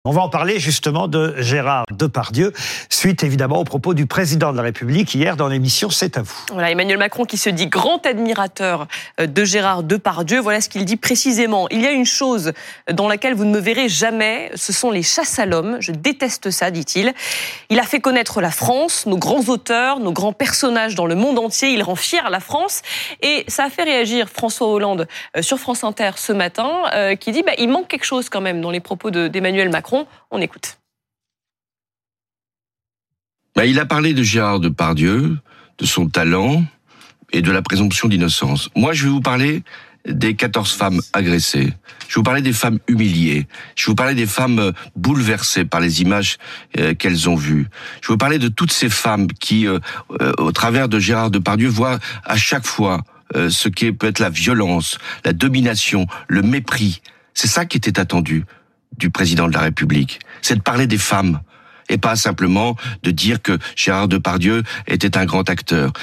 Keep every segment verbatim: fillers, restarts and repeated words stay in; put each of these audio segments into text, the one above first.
On va en parler justement de Gérard Depardieu, suite évidemment aux propos du président de la République hier dans l'émission C'est à vous. Voilà, Emmanuel Macron qui se dit grand admirateur de Gérard Depardieu. Voilà ce qu'il dit précisément. Il y a une chose dans laquelle vous ne me verrez jamais, ce sont les chasses à l'homme. Je déteste ça, dit-il. Il a fait connaître la France, nos grands auteurs, nos grands personnages dans le monde entier. Il rend fier la France. Et ça a fait réagir François Hollande sur France Inter ce matin, euh, qui dit bah, il manque quelque chose quand même dans les propos de, d'Emmanuel Macron. On écoute. Ben, il a parlé de Gérard Depardieu, de son talent et de la présomption d'innocence. Moi, je vais vous parler des quatorze femmes agressées. Je vais vous parler des femmes humiliées. Je vais vous parler des femmes bouleversées par les images euh, qu'elles ont vues. Je vais vous parler de toutes ces femmes qui, euh, euh, au travers de Gérard Depardieu, voient à chaque fois euh, ce qui peut être la violence, la domination, le mépris. C'est ça qui était attendu du président de la République, c'est de parler des femmes et pas simplement de dire que Gérard Depardieu était un grand acteur.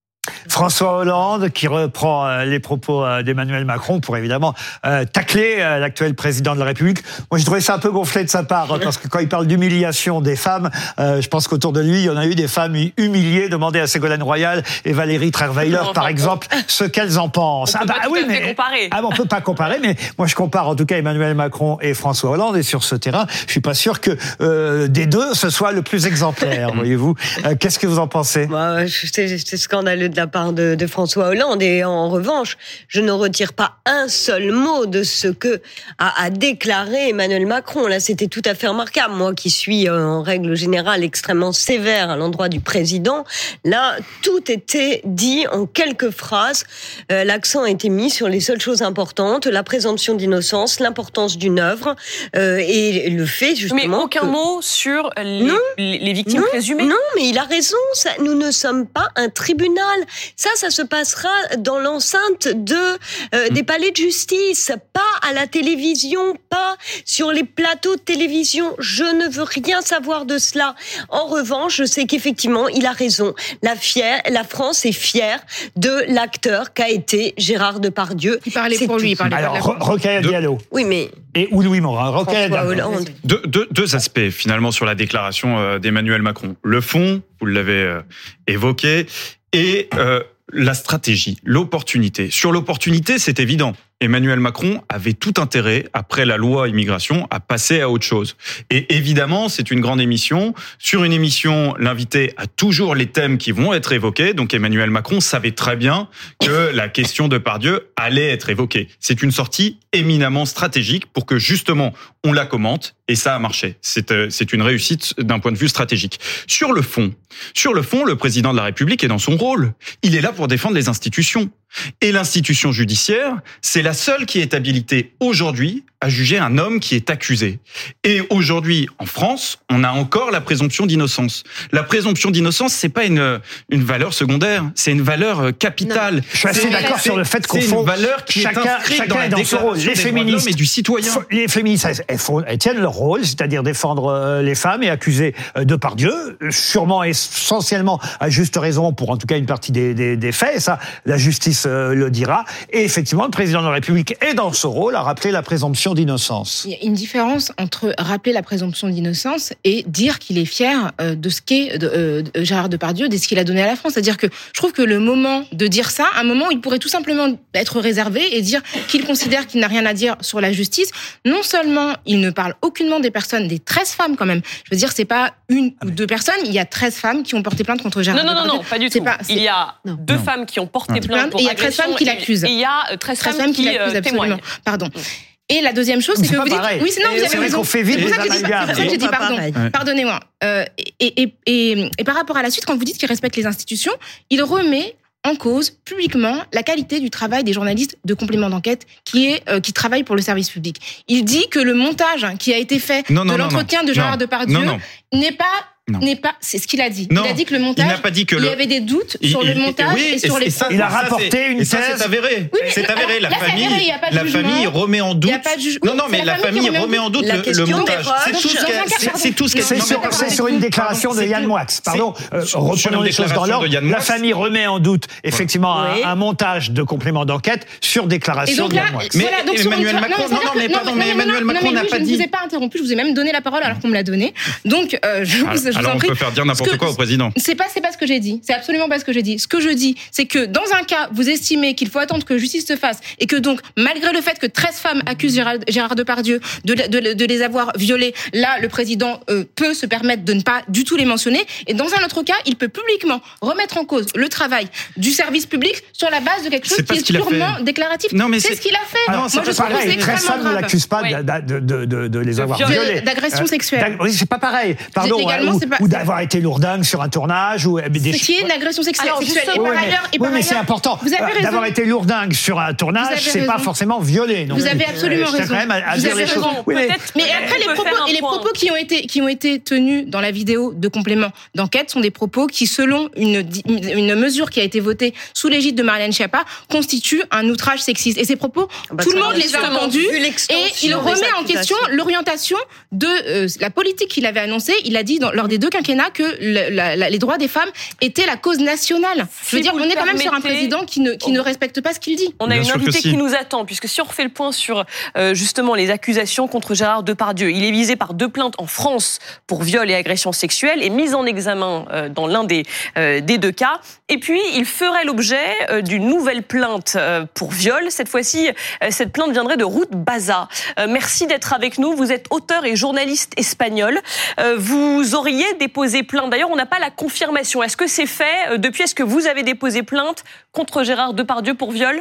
François Hollande qui reprend les propos d'Emmanuel Macron pour évidemment euh, tacler l'actuel président de la République. Moi, j'ai trouvé ça un peu gonflé de sa part parce que quand il parle d'humiliation des femmes, euh, je pense qu'autour de lui, il y en a eu des femmes humiliées. Demandez à Ségolène Royal et Valérie Trierweiler, par exemple, ce qu'elles en pensent. On peut ah bah oui, mais comparer. Ah, bon, on peut pas comparer, mais moi je compare en tout cas Emmanuel Macron et François Hollande. Et sur ce terrain, je suis pas sûr que euh, des deux ce soit le plus exemplaire. Voyez-vous. Euh, qu'est-ce que vous en pensez? Bah, c'est, c'est scandaleux de la part De, de François Hollande, et en revanche, je ne retire pas un seul mot de ce que a, a déclaré Emmanuel Macron. Là, c'était tout à fait remarquable. Moi, qui suis euh, en règle générale extrêmement sévère à l'endroit du président, là, tout était dit en quelques phrases. Euh, l'accent a été mis sur les seules choses importantes, la présomption d'innocence, l'importance d'une œuvre euh, et le fait justement. Mais aucun que... mot sur les, non, les victimes non, présumées. Non, mais il a raison. Ça, nous ne sommes pas un tribunal. Ça, ça se passera dans l'enceinte de euh, des palais de justice, pas à la télévision, pas sur les plateaux de télévision. Je ne veux rien savoir de cela. En revanche, je sais qu'effectivement, il a raison. La fière, la France est fière de l'acteur qu'a été Gérard Depardieu. Il parlait pour lui. Il parlait Alors, Ro- Rokhaya Diallo. Oui, mais et ou Louis Morin. Rokhaya Diallo. Deux, deux, deux aspects finalement sur la déclaration d'Emmanuel Macron. Le fond, vous l'avez euh, évoqué, et euh, la stratégie, l'opportunité. Sur l'opportunité, c'est évident. Emmanuel Macron avait tout intérêt, après la loi immigration, à passer à autre chose. Et évidemment, c'est une grande émission. Sur une émission, l'invité a toujours les thèmes qui vont être évoqués. Donc Emmanuel Macron savait très bien que la question de Depardieu allait être évoquée. C'est une sortie éminemment stratégique pour que justement on la commente, et ça a marché. C'est, euh, c'est une réussite d'un point de vue stratégique. Sur le fond, sur le fond, le président de la République est dans son rôle. Il est là pour défendre les institutions. Et l'institution judiciaire, c'est la seule qui est habilitée aujourd'hui à juger un homme qui est accusé. Et aujourd'hui, en France, on a encore la présomption d'innocence. La présomption d'innocence, c'est pas une une valeur secondaire, c'est une valeur capitale. Non. Je suis assez c'est, d'accord sur le fait qu'on c'est faut une valeur qui chacun, est inscrite chacun dans la est dans son rôle. Les féministes et du citoyen. Les féministes, elles, elles, font, elles tiennent leur rôle, c'est-à-dire défendre les femmes et accuser Depardieu, sûrement essentiellement à juste raison pour en tout cas une partie des, des, des faits. Et ça, la justice le dira. Et effectivement, le président de la République est dans ce rôle à rappeler la présomption d'innocence. Il y a une différence entre rappeler la présomption d'innocence et dire qu'il est fier de ce qu'est de, de Gérard Depardieu, de ce qu'il a donné à la France. C'est-à-dire que je trouve que le moment de dire ça, un moment où il pourrait tout simplement être réservé et dire qu'il considère qu'il n'a rien à dire sur la justice. Non seulement il ne parle aucunement des personnes, des treize femmes quand même. Je veux dire, c'est pas une ah ou deux personnes, il y a treize femmes qui ont porté plainte contre Gérard non, non, Depardieu. Non, non, pas du tout. Pas, il y a non. deux non. femmes qui ont porté non. plainte pour et il y a treize femmes qui l'accusent. Et il y a treize femmes, femmes qui, qui l'accusent, absolument. témoignent. Pardon. Et la deuxième chose, c'est, c'est que vous pareil. dites, oui, c'est non, vous avez raison. Fait vite c'est pour ça que j'ai dit, pardon. Pareil. Pardonnez-moi. Euh, et, et, et, et par rapport à la suite, quand vous dites qu'il respecte les institutions, il remet en cause publiquement la qualité du travail des journalistes de complément d'enquête qui est euh, qui travaillent pour le service public. Il dit que le montage qui a été fait non, non, de l'entretien non, non. de Gérard non. Depardieu non, non. n'est pas Non. n'est pas, c'est ce qu'il a dit. Non, il a dit que le montage, il n'a pas dit que il le... y avait des doutes il, sur il, le montage oui, et sur et, les. et ça, il a ça, rapporté une et ça, thèse. c'est avéré. Oui, mais c'est avéré. alors, La là, c'est famille, avéré, il y a pas de la jugement. famille remet en doute. Il y a pas de juge- Non, oui, non, c'est mais la famille remet en doute La le, le question montage. des C'est proches. tout ce Dans un qu'elle. cas, C'est, c'est tout ce qu'elle. C'est non, sur, mais- c'est sur une déclaration de c'est Yann tout. Moix. Pardon, euh, Sur- sur reprenons une les choses dans déclaration l'ordre. de Yann La Moix. famille remet en doute effectivement Oui. un, un montage de complément d'enquête sur Et déclaration donc de là, Yann Moix. Mais voilà, donc sur Emmanuel une- Macron- ça veut non, dire non, mais que- pardon, mais non, Emmanuel non, Macron non, mais n'a oui, pas je ne dit. vous ai pas interrompu, je vous ai même donné la parole alors qu'on me l'a donnée. Donc, euh, je, Alors, je vous alors en on prie. peut faire dire n'importe Ce que- quoi au président. C'est pas, c'est pas ce que j'ai dit. C'est absolument pas ce que j'ai dit. Ce que je dis, c'est que dans un cas, vous estimez qu'il faut attendre que justice se fasse et que donc, malgré le fait que treize femmes accusent Gérard, Gérard Depardieu de, de, de les avoir violées, là, le président euh, peut se permettre de ne pas du tout les mentionner. Et dans un autre cas, il peut publiquement remettre en cause le travail du service public sur la base de quelque chose C'est pas qui ce est qu'il a purement fait. déclaratif. Non, mais c'est c'est- ce qu'il a fait. Alors, Moi, c'est je pas trouve que pareil. c'est treize extrêmement femmes ne grave. l'accusent pas Oui. de, de, de, de, de les avoir viol, violées. d'agression sexuelle. d'ag- Oui, c'est pas pareil. Pardon. Légalement, hein, c'est pas- ou, ou d'avoir été lourdingue sur un tournage. Ou, des Ce choses- qui est une agression sexuelle. Alors, sexuelle. Et justement- par Oui, mais- ailleurs, et oui, par mais c'est ailleurs, important. Vous avez Euh, raison. D'avoir été lourdingue sur un Vous tournage, avez c'est pas raison. forcément violé. Non Vous plus. avez absolument Je tiens raison. quand même à, à Vous dire avez les choses. raison. Oui, mais- Peut-être- Mais On après, les peut propos, faire un et les point. propos qui ont été, qui ont été tenus dans la vidéo de complément d'enquête sont des propos qui, selon une, di- une mesure qui a été votée sous l'égide de Marlène Schiappa, constituent un outrage sexiste. Et ces propos, Bah, tout le ça, monde les a justement, entendus. vu Et l'extension il des remet en question accusations. l'orientation de euh, la politique qu'il avait annoncée. Il a dit dans, lors des deux quinquennats que le- la- la- les droits des femmes étaient la cause nationale. Si Je veux dire, vous on le est quand même sur un permettez, président qui ne, qui ne respecte pas ce qu'il dit. On a Bien une sûr que invitée si. qui nous attend, puisque si on refait le point sur euh, justement les accusations contre Gérard Depardieu, il est visé par deux plaintes en France pour viol et agression sexuelle et mise en examen euh, dans l'un des, euh, des deux cas. Et puis, il ferait l'objet euh, d'une nouvelle plainte euh, pour viol. Cette fois-ci, euh, cette plainte viendrait de Ruth Baza. Euh, merci d'être avec nous. Vous êtes auteur et journaliste espagnol. Euh, vous auriez déposé plainte. D'ailleurs, on n'a pas la confirmation. Est-ce que c'est fait euh, depuis? Est-ce que vous avez déposé plainte contre Gérard Depardieu pour viol?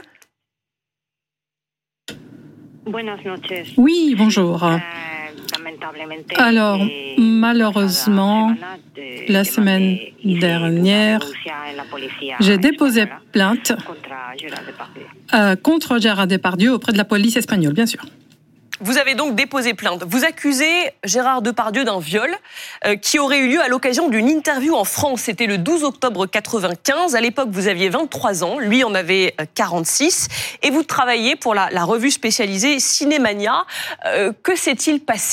Oui, bonjour. Alors, malheureusement, la semaine dernière, j'ai déposé plainte euh, contre Gérard Depardieu auprès de la police espagnole, bien sûr. Vous avez donc déposé plainte. Vous accusez Gérard Depardieu d'un viol euh, qui aurait eu lieu à l'occasion d'une interview en France. C'était le douze octobre quatre-vingt-quinze. À l'époque, vous aviez vingt-trois ans. Lui en avait quarante-six. Et vous travailliez pour la, la revue spécialisée Cinémania. Euh, que s'est-il passé ?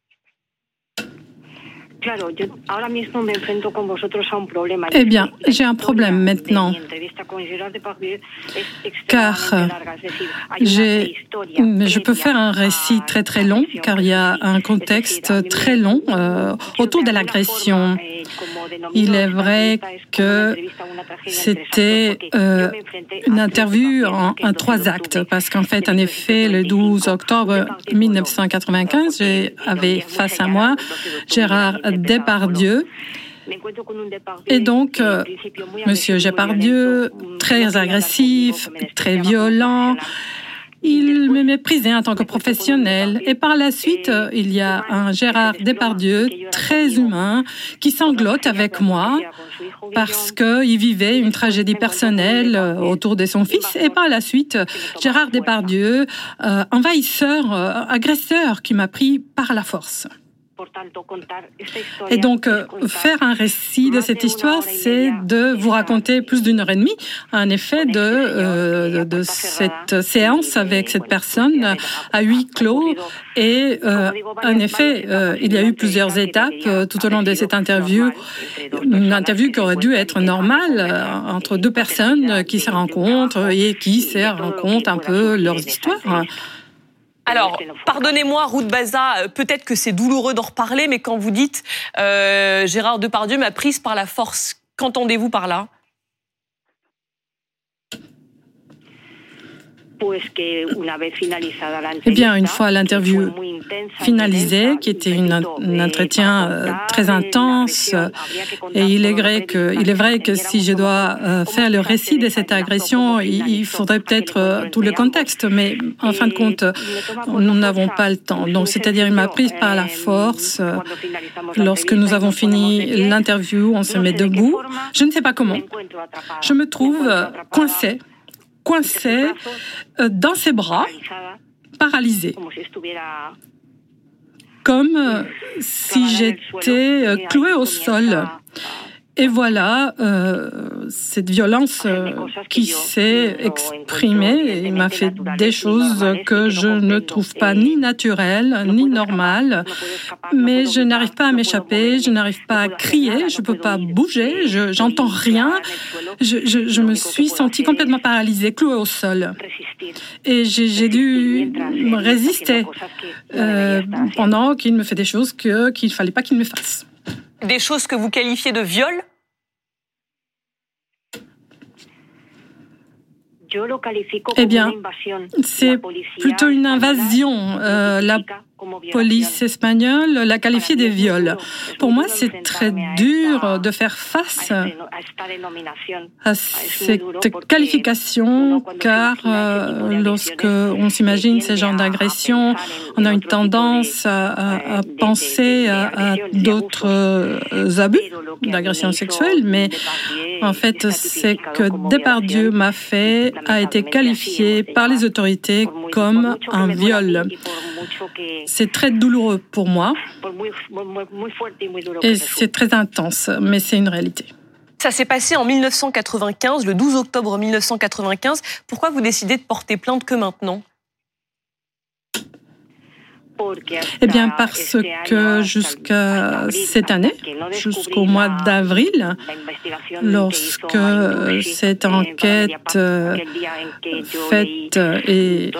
Eh bien, j'ai un problème maintenant, car j'ai, je peux faire un récit très très long, car il y a un contexte très long euh, autour de l'agression. Il est vrai que c'était euh, une interview en, en trois actes, parce qu'en fait, en effet, le douze octobre mille neuf cent quatre-vingt-quinze, j'avais face à moi Gérard Depardieu. Et donc, euh, Monsieur Depardieu, très agressif, très violent, il me méprisait en tant que professionnel. Et par la suite, il y a un Gérard Depardieu très humain qui sanglote avec moi parce qu'il vivait une tragédie personnelle autour de son fils. Et par la suite, Gérard Depardieu, euh, envahisseur, euh, agresseur qui m'a pris par la force. Et donc, euh, faire un récit de cette histoire, c'est de vous raconter plus d'une heure et demie, en effet, de, euh, de cette séance avec cette personne à huis clos. Et euh, en effet, euh, il y a eu plusieurs étapes euh, tout au long de cette interview. Une interview qui aurait dû être normale euh, entre deux personnes qui se rencontrent et qui se racontent un peu leurs histoires. Alors, pardonnez-moi, Ruth Baza, peut-être que c'est douloureux d'en reparler, mais quand vous dites euh, Gérard Depardieu m'a prise par la force, qu'entendez-vous par là ? Eh bien, une fois l'interview finalisée, qui était une, un entretien euh, très intense, euh, et il est vrai que, il est vrai que si je dois euh, faire le récit de cette agression, il, il faudrait peut-être euh, tout le contexte, mais en fin de compte, nous n'avons pas le temps. Donc, c'est-à-dire, il m'a prise par la force. Euh, lorsque nous avons fini l'interview, on se met debout. Je ne sais pas comment. Je me trouve euh, coincée. coincée dans ses bras, paralysée, comme si j'étais clouée au sol. Et voilà, euh, cette violence euh, qui s'est exprimée et m'a fait des choses que je ne trouve pas ni naturelles, ni normales. Mais je n'arrive pas à m'échapper, je n'arrive pas à crier, je ne peux pas bouger, je j'entends rien. Je, je, je me suis sentie complètement paralysée, clouée au sol. Et j'ai, j'ai dû résister euh, pendant qu'il me fait des choses que, qu'il ne fallait pas qu'il me fasse. Des choses que vous qualifiez de viol ? Eh bien, c'est plutôt une invasion. Euh, la police espagnole l'a qualifié de viol. Pour moi, c'est très dur de faire face à cette qualification, car euh, lorsque on s'imagine ces genres d'agressions, on a une tendance à, à, à penser à, à d'autres abus d'agression sexuelle, mais en fait, c'est que Depardieu m'a fait a été qualifié par les autorités comme un viol. C'est très douloureux pour moi et c'est très intense, mais c'est une réalité. Ça s'est passé en mille neuf cent quatre-vingt-quinze, le douze octobre mille neuf cent quatre-vingt-quinze. Pourquoi vous décidez de porter plainte que maintenant ? Eh bien, parce que jusqu'à cette année, jusqu'au mois d'avril, lorsque cette enquête faite et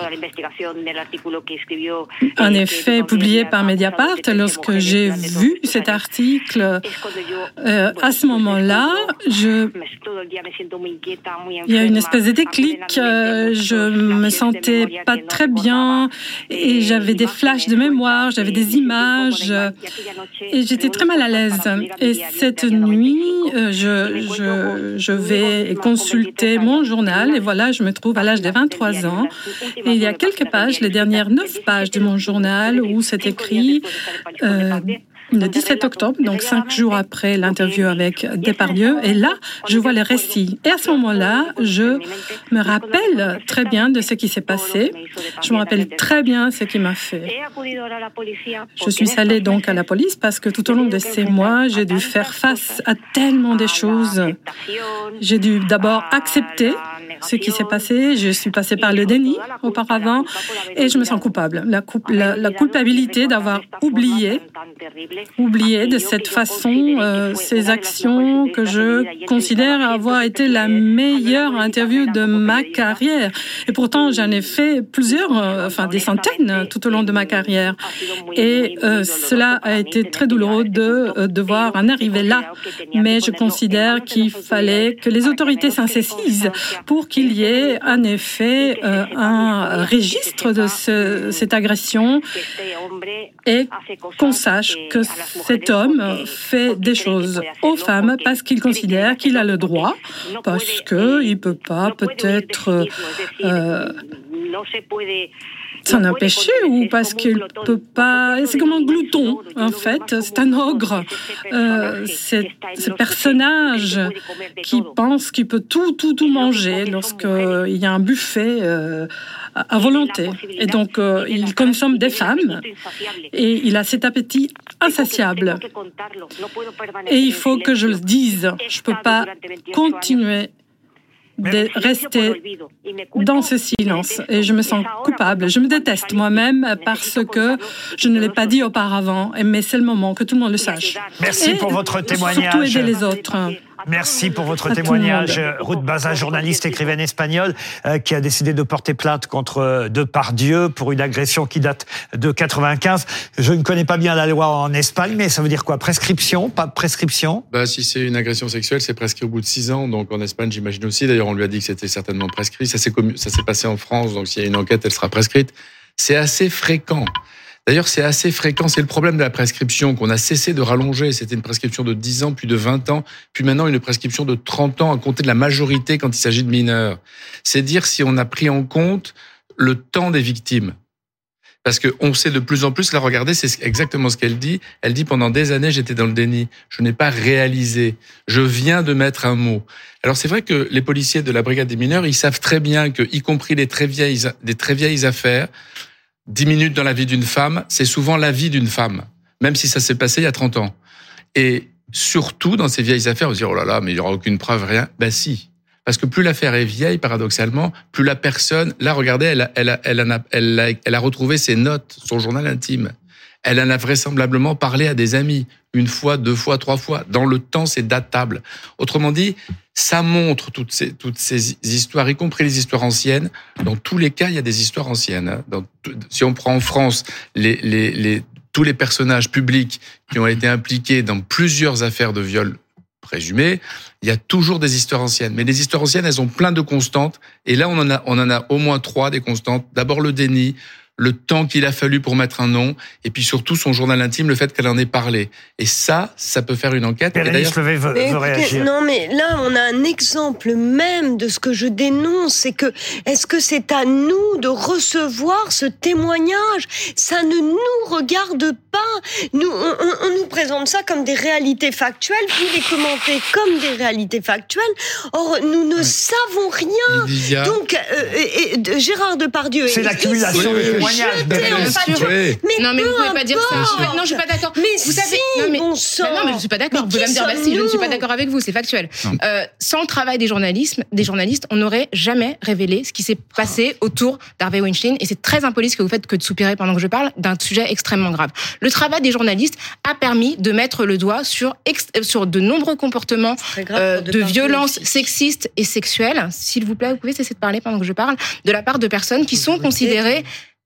en effet publiée par Mediapart, lorsque j'ai vu cet article, euh, à ce moment-là, je... il y a une espèce de déclic. Euh, je me sentais pas très bien et j'avais des flashs de mémoire, j'avais des images et j'étais très mal à l'aise. Et cette nuit, je, je, je vais consulter mon journal et voilà, je me trouve à l'âge de vingt-trois ans et il y a quelques pages, les dernières neuf pages de mon journal où c'est écrit euh, le dix-sept octobre, donc cinq jours après l'interview avec Depardieu, et là, je vois les récits. Et à ce moment-là, je me rappelle très bien de ce qui s'est passé. Je me rappelle très bien ce qu'il m'a fait. Je suis allée donc à la police parce que tout au long de ces mois, j'ai dû faire face à tellement de choses. J'ai dû d'abord accepter ce qui s'est passé. Je suis passée par le déni auparavant et je me sens coupable. La, coup, la, la culpabilité d'avoir oublié oublier de cette façon euh, ces actions que je considère avoir été la meilleure interview de ma carrière. Et pourtant, j'en ai fait plusieurs, euh, enfin des centaines tout au long de ma carrière. Et euh, cela a été très douloureux de euh, devoir en arriver là. Mais je considère qu'il fallait que les autorités s'en saisissent pour qu'il y ait en effet euh, un registre de ce, cette agression et qu'on sache que cet homme fait des choses aux femmes parce qu'il considère qu'il a le droit, parce qu'il ne peut pas peut-être euh, s'en empêcher ou parce qu'il ne peut pas... C'est comme un glouton, en fait. C'est un ogre. Euh, c'est ce personnage qui pense qu'il peut tout, tout, tout manger lorsqu'il y a un buffet euh, à volonté. Et donc, euh, il consomme des femmes et il a cet appétit insatiable. Et il faut que je le dise. Je ne peux pas continuer de rester dans ce silence et je me sens coupable. Je me déteste moi-même parce que je ne l'ai pas dit auparavant, mais c'est le moment que tout le monde le sache. Merci et pour votre témoignage. Surtout aider les autres. Merci pour votre témoignage. Ruth Bazin, journaliste, écrivaine espagnole, euh, qui a décidé de porter plainte contre Depardieu pour une agression qui date de quatre-vingt-quinze. Je ne connais pas bien la loi en Espagne, mais ça veut dire quoi? Prescription? Pas prescription? Bah, si c'est une agression sexuelle, c'est prescrit au bout de six ans. Donc en Espagne, j'imagine aussi. D'ailleurs, on lui a dit que c'était certainement prescrit. Ça s'est, commu- ça s'est passé en France, donc s'il y a une enquête, elle sera prescrite. C'est assez fréquent. D'ailleurs, c'est assez fréquent. C'est le problème de la prescription qu'on a cessé de rallonger. C'était une prescription de dix ans, puis de vingt ans, puis maintenant une prescription de trente ans à compter de la majorité quand il s'agit de mineurs. C'est dire si on a pris en compte le temps des victimes. Parce que on sait de plus en plus, là, regardez, c'est exactement ce qu'elle dit. Elle dit, pendant des années, j'étais dans le déni. Je n'ai pas réalisé. Je viens de mettre un mot. Alors, c'est vrai que les policiers de la brigade des mineurs, ils savent très bien que, y compris les très vieilles, des très vieilles affaires, dix minutes dans la vie d'une femme, c'est souvent la vie d'une femme, même si ça s'est passé il y a trente ans. Et surtout, dans ces vieilles affaires, on se dit, oh là là, mais il n'y aura aucune preuve, rien. Ben si. Parce que plus l'affaire est vieille, paradoxalement, plus la personne, là, regardez, elle a, elle a, elle a, elle a, elle a retrouvé ses notes, son journal intime. Elle en a vraisemblablement parlé à des amis, une fois, deux fois, trois fois. Dans le temps, c'est datable. Autrement dit, ça montre toutes ces, toutes ces histoires, y compris les histoires anciennes. Dans tous les cas, il y a des histoires anciennes. Dans, si on prend en France les, les, les, tous les personnages publics qui ont été impliqués dans plusieurs affaires de viol présumés, il y a toujours des histoires anciennes. Mais les histoires anciennes, elles ont plein de constantes. Et là, on en a, on en a au moins trois des constantes. D'abord, le déni, le temps qu'il a fallu pour mettre un nom, et puis surtout son journal intime, le fait qu'elle en ait parlé. Et ça, ça peut faire une enquête. Bérénice Levet veut, veut réagir. Non, mais là, on a un exemple même de ce que je dénonce. C'est que, est-ce que c'est à nous de recevoir ce témoignage? Ça ne nous regarde pas. Nous, on, on, on nous présente ça comme des réalités factuelles, vous les commentez comme des réalités factuelles. Or, nous ne oui. savons rien. Lydia. Donc, euh, et, et, Gérard Depardieu... C'est l'accumulation de témoignages. Oui. Mais non, mais vous pouvez pas dire ça. Non, je suis pas d'accord. Mais vous savez, si, non, mais, bon sang. bah non, mais je suis pas d'accord. Vous pouvez me dire, bah si, je ne suis pas d'accord avec vous, c'est factuel. Euh, sans le travail des journalistes, des journalistes, on n'aurait jamais révélé ce qui s'est passé autour d'Harvey Weinstein. Et c'est très impoli ce que vous faites que de soupirer pendant que je parle d'un sujet extrêmement grave. Le travail des journalistes a permis de mettre le doigt sur ex- sur de nombreux comportements euh, de, de violence sexistes et sexuelles. S'il vous plaît, vous pouvez cesser de parler pendant que je parle, de la part de personnes qui sont considérées.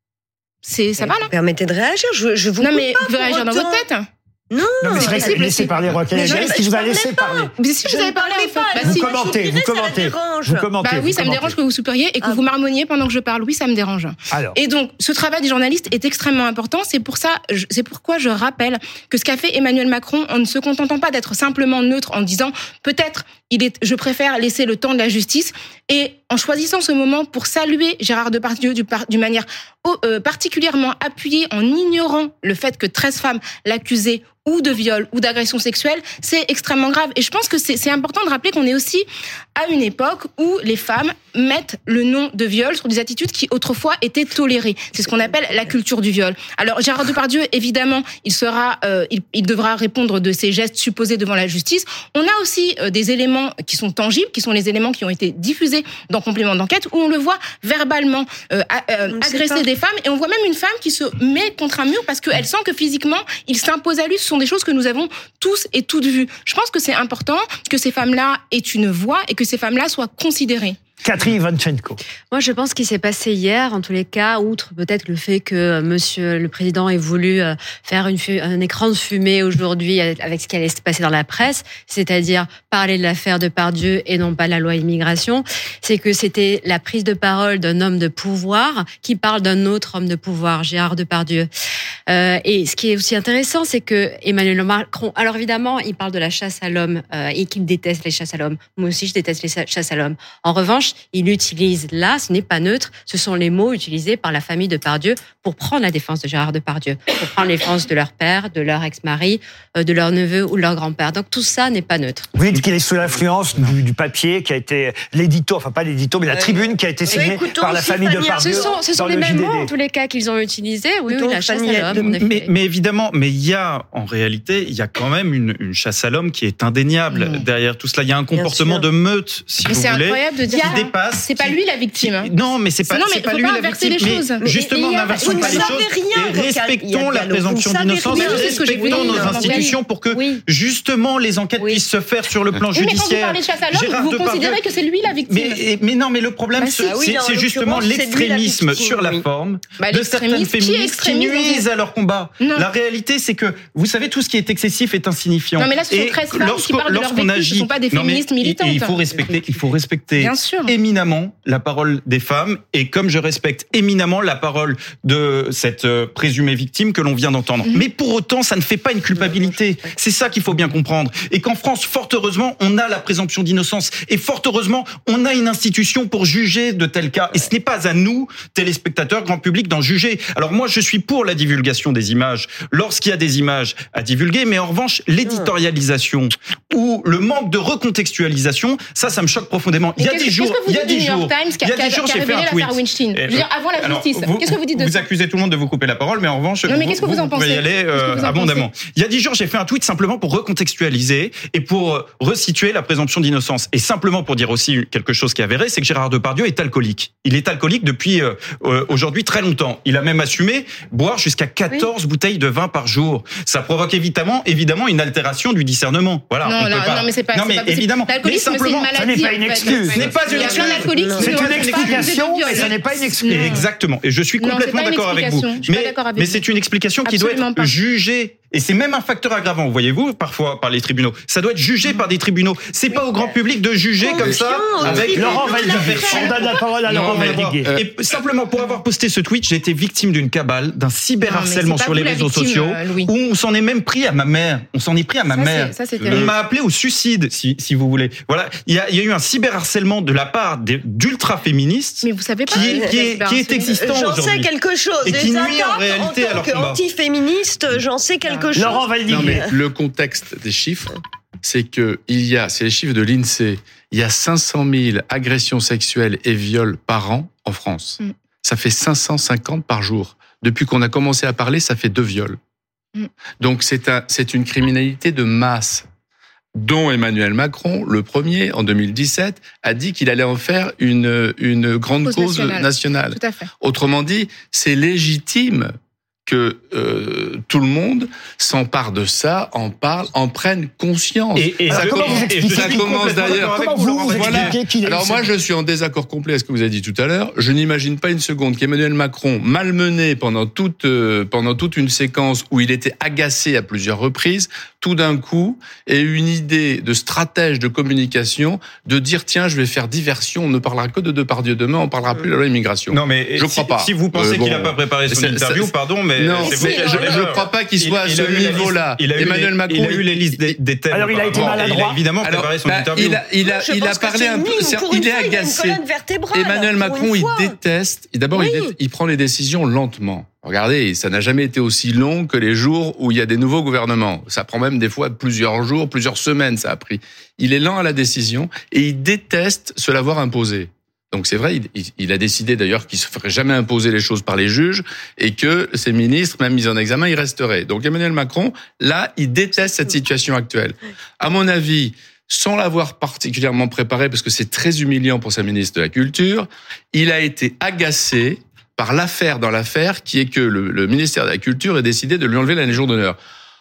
C'est ça va là. Permettez de réagir. Je, je vous. Non mais vous pouvez réagir dans votre tête. Non, non, mais c'est vrai que laissez parler Rocaille qui vous a laissé parler. Mais si je vous avais parlé, en fait, bah, vous, si, commentez, vous commentez, vous commentez. Bah oui, vous ça commentez. me dérange que vous soupiriez et que ah. vous marmonniez pendant que je parle. Oui, ça me dérange. Alors. Et donc, ce travail des journalistes est extrêmement important. C'est pour ça, c'est pourquoi je rappelle que ce qu'a fait Emmanuel Macron, en ne se contentant pas d'être simplement neutre, en disant peut-être, il est, je préfère laisser le temps de la justice, et en choisissant ce moment pour saluer Gérard Depardieu d'une manière euh, particulièrement appuyée, en ignorant le fait que treize femmes l'accusaient ou de viol ou d'agression sexuelle, c'est extrêmement grave. Et je pense que c'est, c'est important de rappeler qu'on est aussi à une époque où les femmes mettent le nom de viol sur des attitudes qui autrefois étaient tolérées. C'est ce qu'on appelle la culture du viol. Alors Gérard Depardieu, évidemment, il sera, euh, il, il devra répondre de ses gestes supposés devant la justice. On a aussi euh, des éléments qui sont tangibles, qui sont les éléments qui ont été diffusés dans Complément d'enquête, où on le voit verbalement euh, euh, agresser des femmes, et on voit même une femme qui se met contre un mur parce qu'elle sent que physiquement, il s'impose à lui. Ce sont des choses que nous avons tous et toutes vues. Je pense que c'est important que ces femmes-là aient une voix et que ces femmes-là soient considérées. Catherine Ivanchenko. Moi, je pense qu'il s'est passé hier, en tous les cas, outre peut-être le fait que Monsieur le Président ait voulu faire une, un écran de fumée aujourd'hui avec ce qui allait se passer dans la presse, c'est-à-dire parler de l'affaire Depardieu et non pas de la loi immigration, c'est que c'était la prise de parole d'un homme de pouvoir qui parle d'un autre homme de pouvoir, Gérard Depardieu. Euh, et ce qui est aussi intéressant, c'est que Emmanuel Macron, alors évidemment, il parle de la chasse à l'homme euh, et qu'il déteste les chasses à l'homme. Moi aussi, je déteste les chasses à l'homme. En revanche, il utilise là, ce n'est pas neutre, ce sont les mots utilisés par la famille Depardieu pour prendre la défense de Gérard Depardieu, pour prendre la défense de leur père, de leur ex-mari, euh, de leur neveu ou de leur grand-père. Donc tout ça n'est pas neutre. Vous dites qu'il est sous l'influence du, du papier qui a été l'édito, enfin pas l'édito, mais la tribune qui a été signée par la famille Depardieu. Ce sont, ce sont les mêmes mots en tous les cas qu'ils ont utilisés. Oui, oui, la chasse à l'homme. Mais, mais évidemment, mais il y a en réalité, il y a quand même une, une chasse à l'homme qui est indéniable mmh. derrière tout cela. Il y a un comportement de meute, si mais vous c'est voulez, incroyable de dire qui dépasse. C'est pas lui la victime. Qui, non, mais c'est pas, non, mais c'est pas lui pas la victime. Les choses. Mais justement, n'inversons pas les choses rien, et respectons la présomption d'innocence et respectons nos institutions pour que justement les enquêtes oui. puissent se faire sur le plan oui, judiciaire. Mais quand vous parlez de chasse à l'homme, vous considérez que c'est lui la victime. Mais, mais non, mais le problème, bah, c'est, ah oui, c'est justement l'extrémisme sur la forme bah, de certaines féministes qui nuisent à leur combat. Non. La réalité, c'est que vous savez, tout ce qui est excessif est insignifiant. Non, mais là, ce sont treize femmes qui parlent de leur vécu. Ce ne sont pas des féministes militantes. Il faut respecter, il faut respecter éminemment la parole des femmes, et comme je respecte éminemment la parole de cette présumée victime que l'on vient d'entendre. Mm-hmm. Mais pour autant, ça ne fait pas une culpabilité. C'est ça qu'il faut bien comprendre. Et qu'en France, fort heureusement, on a la présomption d'innocence. Et fort heureusement, on a une institution pour juger de tels cas. Et ce n'est pas à nous, téléspectateurs, grand public, d'en juger. Alors moi, je suis pour la divulgation des images lorsqu'il y a des images à divulguer. Mais en revanche, l'éditorialisation ou le manque de recontextualisation, ça, ça me choque profondément. Il y a des jours, jours, il y a dix jours, il y a dix jours, j'ai fait un tweet. Je veux dire, avant la justice. Qu'est-ce que vous dites de ça? Vous accusez tout le monde de vous couper la parole, mais en revanche, non, mais qu'est-ce que vous en pensez? Vous pouvez y aller euh, abondamment. Il y a dix jours, j'ai fait un tweet simplement pour recontextualiser et pour resituer la présomption d'innocence. Et simplement pour dire aussi quelque chose qui est avéré, c'est que Gérard Depardieu est alcoolique. Il est alcoolique depuis euh, aujourd'hui très longtemps. Il a même assumé boire jusqu'à quatorze oui. bouteilles de vin par jour. Ça provoque évidemment, évidemment une altération du discernement. Voilà. Non, on là, peut pas... non mais c'est pas. Non mais c'est pas évidemment. Mais simplement, ça n'est pas une excuse. Ce n'est pas une excuse. C'est une explication, mais ce n'est pas une excuse. Exactement. Et je suis complètement d'accord avec vous. Mais, mais c'est une explication qui doit être jugée. Et c'est même un facteur aggravant, voyez-vous, parfois par les tribunaux. Ça doit être jugé par des tribunaux. C'est pas au grand public de juger comme ça avec Laurent Valdiguier. On donne la parole à Laurent Valdiguier. Et simplement pour avoir posté ce tweet, j'ai été victime d'une cabale, d'un cyberharcèlement sur les réseaux sociaux, où on s'en est même pris à ma mère. On s'en est pris à ma mère. On m'a appelé au suicide, si si vous voulez. Voilà, il y a il y a eu un cyberharcèlement de la part d'ultra féministes. Mais vous savez pas qui est qui est, qui est existant aujourd'hui. J'en sais quelque chose. Et qui nuit en réalité à leur combat. Anti-féministe, j'en sais quelque chose. Laurent Valdiguier. Non, mais le contexte des chiffres, c'est que il y a, c'est les chiffres de l'INSEE, il y a cinq cent mille agressions sexuelles et viols par an en France. Mm. Ça fait cinq cent cinquante par jour. Depuis qu'on a commencé à parler, ça fait deux viols. Mm. Donc c'est un, c'est une criminalité de masse, dont Emmanuel Macron, le premier, en deux mille dix-sept, a dit qu'il allait en faire une, une grande cause, cause nationale. nationale. Tout à fait. Autrement dit, c'est légitime que euh, tout le monde s'empare de ça, en parle, en prenne conscience. Et, et ça, alors, commence, et ça commence d'ailleurs. Comment vous, vous voilà. qu'il Alors moi, je suis en désaccord complet avec ce que vous avez dit tout à l'heure. Je n'imagine pas une seconde qu'Emmanuel Macron, malmené pendant toute euh, pendant toute une séquence où il était agacé à plusieurs reprises, tout d'un coup, ait une idée de stratège de communication de dire tiens, je vais faire diversion. On ne parlera que de Depardieu demain. On parlera plus de la loi immigration. Non mais je si, crois pas. Si vous pensez euh, bon, qu'il n'a pas préparé son interview, pardon, mais non, je ne crois pas qu'il soit il, à ce niveau-là. Emmanuel les, Macron, il a eu les listes des, des thèmes. Alors il a été maladroit. Il a évidemment préparé Alors, son bah, interview. Il a, il a, il a parlé un peu. Il est agacé. Emmanuel Macron, il déteste. D'abord, oui. il, il prend les décisions lentement. Regardez, ça n'a jamais été aussi long que les jours où il y a des nouveaux gouvernements. Ça prend même des fois plusieurs jours, plusieurs semaines, ça a pris. Il est lent à la décision et il déteste se l'avoir imposé. Donc c'est vrai, il, il a décidé d'ailleurs qu'il se ferait jamais imposer les choses par les juges et que ses ministres, même mis en examen, ils resteraient. Donc Emmanuel Macron, là, il déteste cette situation actuelle. À mon avis, sans l'avoir particulièrement préparé, parce que c'est très humiliant pour sa ministre de la Culture, il a été agacé par l'affaire dans l'affaire, qui est que le, le ministère de la Culture ait décidé de lui enlever la Légion d'honneur.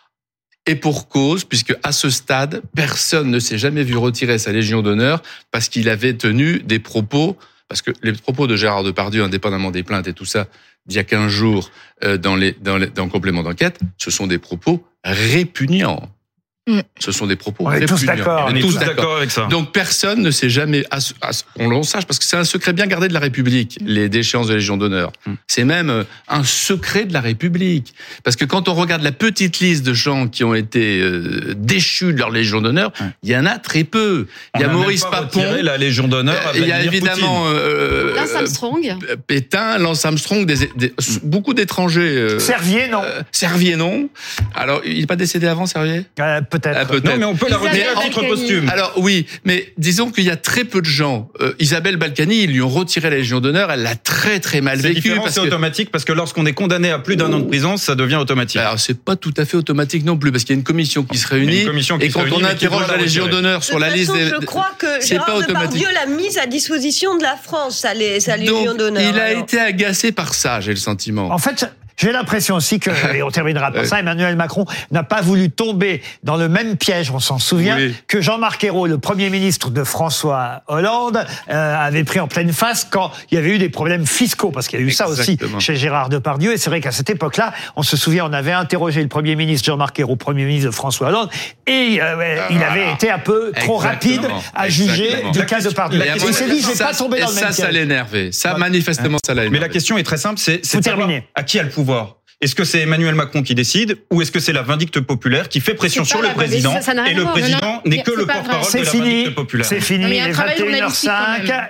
Et pour cause, puisque à ce stade, personne ne s'est jamais vu retirer sa Légion d'honneur parce qu'il avait tenu des propos, parce que les propos de Gérard Depardieu, indépendamment des plaintes et tout ça, d'il y a quinze jours, euh, dans les, dans les, dans le complément d'enquête, ce sont des propos répugnants. Mm. Ce sont des propos on est tous d'accord. On est tous d'accord avec ça. Donc personne ne s'est jamais, on le sache, parce que c'est un secret bien gardé de la République, les déchéances de la Légion d'honneur. Mm. C'est même un secret de la République. Parce que quand on regarde la petite liste de gens qui ont été euh, déchus de leur Légion d'honneur, mm. il y en a très peu. Il y a Maurice Papon. La Légion d'honneur. Euh, il y a évidemment euh, Lance Armstrong. Pétain, Lance Armstrong, des, des, mm. beaucoup d'étrangers. Euh, Servier, non. Euh, Servier, non. Alors, il n'est pas décédé avant, Servier euh, Peut-être. Ah, peut-être. Non, mais on peut la retirer à titre posthume. Alors oui, mais disons qu'il y a très peu de gens. Euh, Isabelle Balkany, ils lui ont retiré la Légion d'honneur. Elle l'a très très mal vécu. C'est différent, c'est que... automatique parce que lorsqu'on est condamné à plus d'un an de prison, ça devient automatique. Alors c'est pas tout à fait automatique non plus parce qu'il y a une commission qui se réunit. Qui et quand on interroge la Légion d'honneur sur la liste des, je crois que Gérard Depardieu l'a mise à disposition de la France, sa, sa Légion d'honneur. Il a alors. été agacé par ça, j'ai le sentiment. En fait. J'ai l'impression aussi que, et on terminera par ça, Emmanuel Macron n'a pas voulu tomber dans le même piège, on s'en souvient, oui. que Jean-Marc Ayrault, le Premier ministre de François Hollande, euh, avait pris en pleine face quand il y avait eu des problèmes fiscaux, parce qu'il y a eu Exactement. ça aussi chez Gérard Depardieu, et c'est vrai qu'à cette époque-là, on se souvient, on avait interrogé le Premier ministre Jean-Marc Ayrault, Premier ministre de François Hollande, et euh, ah, il avait été un peu trop rapide à juger Exactement. du cas Depardieu. Il s'est dit, je vais pas tomber dans le même piège. Ça, ça l'énervait. Ça, manifestement, ça l'a énervé. Mais la question est très simple, c'est, c'est de savoir à qui a le pouvoir. Est-ce que c'est Emmanuel Macron qui décide ou est-ce que c'est la vindicte populaire qui fait pression sur le président ça, ça et le président n'est que le porte-parole de la vindicte populaire. C'est fini, il est vingt et une heures zéro cinq.